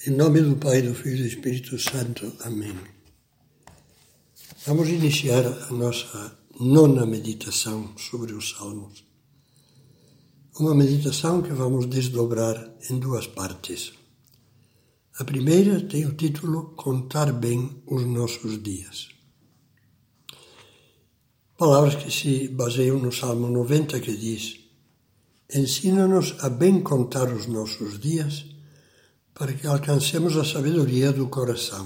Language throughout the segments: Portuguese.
Em nome do Pai, do Filho e do Espírito Santo. Amém. Vamos iniciar a nossa nona meditação sobre os Salmos. Uma meditação que vamos desdobrar em duas partes. A primeira tem o título Contar bem os nossos dias. Palavras que se baseiam no Salmo 90, que diz: Ensina-nos a bem contar os nossos dias, para que alcancemos a sabedoria do coração.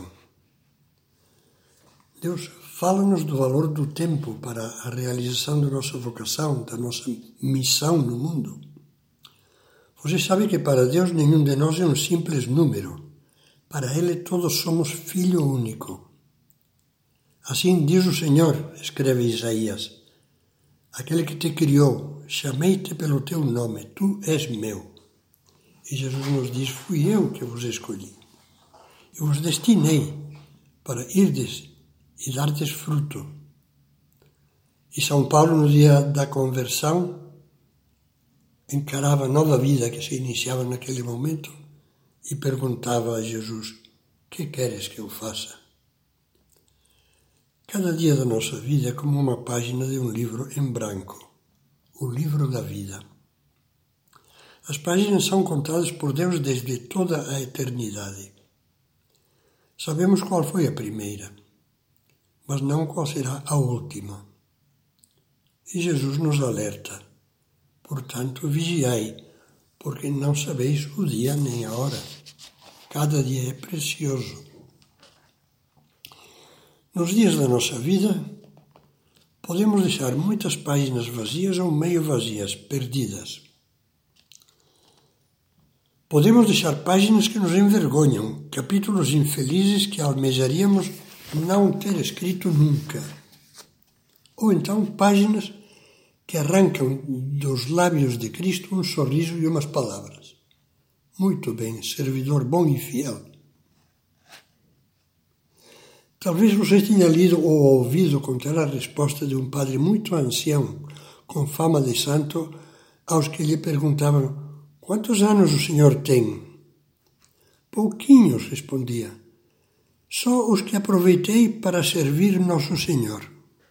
Deus fala-nos do valor do tempo para a realização da nossa vocação, da nossa missão no mundo. Você sabe que para Deus nenhum de nós é um simples número. Para Ele todos somos filho único. Assim diz o Senhor, escreve Isaías, aquele que te criou, chamei-te pelo teu nome, tu és meu. E Jesus nos diz, fui eu que vos escolhi. Eu vos destinei para irdes e dardes fruto. E São Paulo, no dia da conversão, encarava a nova vida que se iniciava naquele momento e perguntava a Jesus, que queres que eu faça? Cada dia da nossa vida é como uma página de um livro em branco, o livro da vida. As páginas são contadas por Deus desde toda a eternidade. Sabemos qual foi a primeira, mas não qual será a última. E Jesus nos alerta, portanto, vigiai, porque não sabeis o dia nem a hora. Cada dia é precioso. Nos dias da nossa vida, podemos deixar muitas páginas vazias ou meio vazias, perdidas. Podemos deixar páginas que nos envergonham, capítulos infelizes que almejaríamos não ter escrito nunca. Ou então páginas que arrancam dos lábios de Cristo um sorriso e umas palavras. Muito bem, servidor bom e fiel. Talvez você tenha lido ou ouvido contar a resposta de um padre muito ancião, com fama de santo, aos que lhe perguntavam: quantos anos o senhor tem? Pouquinhos, respondia. Só os que aproveitei para servir Nosso Senhor.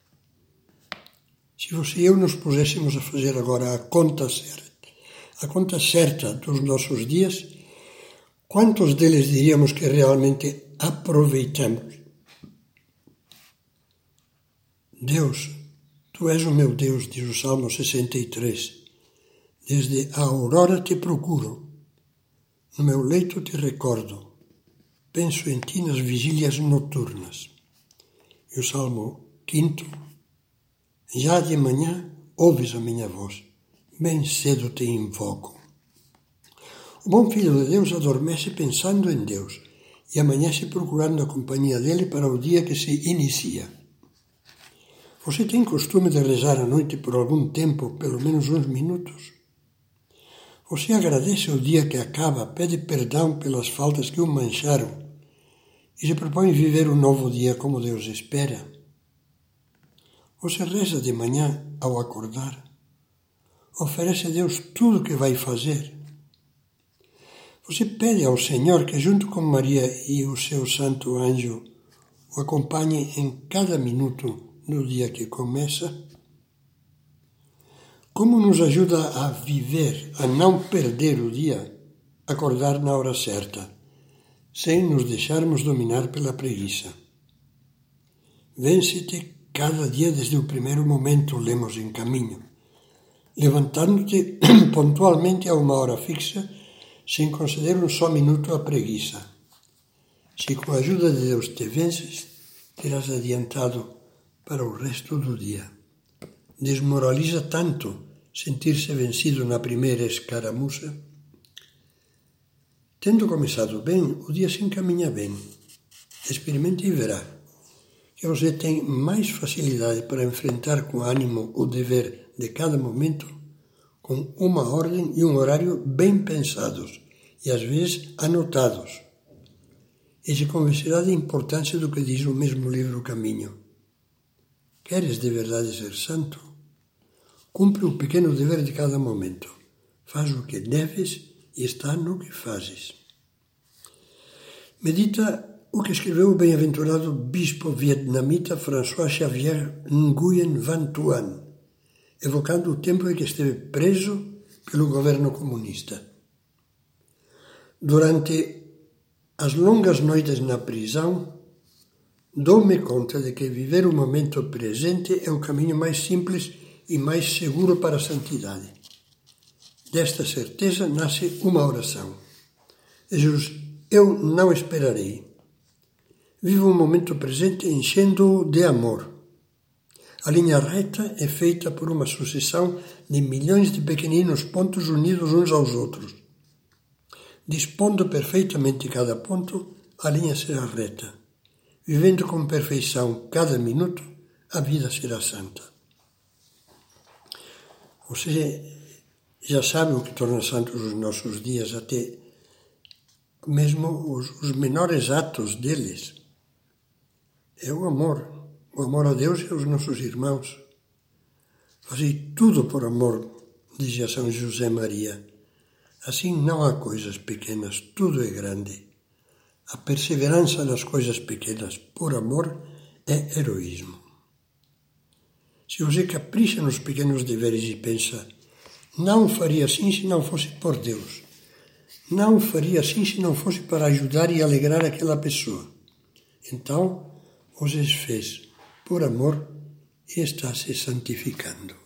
Se você e eu nos puséssemos a fazer agora a conta certa dos nossos dias, quantos deles diríamos que realmente aproveitamos? Deus, Tu és o meu Deus, diz o Salmo 63. Desde a aurora te procuro, no meu leito te recordo, penso em ti nas vigílias noturnas. E o Salmo 5, já de manhã ouves a minha voz, bem cedo te invoco. O bom filho de Deus adormece pensando em Deus e amanhece procurando a companhia dele para o dia que se inicia. Você tem costume de rezar à noite por algum tempo, pelo menos uns minutos? Você agradece o dia que acaba, pede perdão pelas faltas que o mancharam e se propõe viver um novo dia como Deus espera? Você reza de manhã ao acordar? Oferece a Deus tudo o que vai fazer? Você pede ao Senhor que, junto com Maria e o seu santo anjo, o acompanhe em cada minuto no dia que começa? Como nos ajuda a viver, a não perder o dia, acordar na hora certa, sem nos deixarmos dominar pela preguiça. Vence-te cada dia desde o primeiro momento, lemos em Caminho, levantando-te pontualmente a uma hora fixa, sem conceder um só minuto à preguiça. Se com a ajuda de Deus te vences, terás adiantado para o resto do dia. Desmoraliza tanto sentir-se vencido na primeira escaramuça? Tendo começado bem, o dia se encaminha bem. Experimente e verá que você tem mais facilidade para enfrentar com ânimo o dever de cada momento, com uma ordem e um horário bem pensados e às vezes anotados. E se convencerá da importância do que diz o mesmo livro Caminho. Queres de verdade ser santo? Cumpre o pequeno dever de cada momento. Faz o que deves e está no que fazes. Medita o que escreveu o bem-aventurado bispo vietnamita François Xavier Nguyen Van Thuan, evocando o tempo em que esteve preso pelo governo comunista. Durante as longas noites na prisão, dou-me conta de que viver o momento presente é o caminho mais simples e mais seguro para a santidade. Desta certeza nasce uma oração. Jesus, eu não esperarei. Vivo o momento presente enchendo-o de amor. A linha reta é feita por uma sucessão de milhões de pequeninos pontos unidos uns aos outros. Dispondo perfeitamente cada ponto, a linha será reta. Vivendo com perfeição cada minuto, a vida será santa. Você já sabe o que torna santos os nossos dias, até mesmo os menores atos deles. É o amor a Deus e aos nossos irmãos. Fazei tudo por amor, dizia São José Maria. Assim não há coisas pequenas, tudo é grande. A perseverança nas coisas pequenas por amor é heroísmo. Se você capricha nos pequenos deveres e pensa, não faria assim se não fosse por Deus. Não faria assim se não fosse para ajudar e alegrar aquela pessoa. Então, você fez por amor e está se santificando.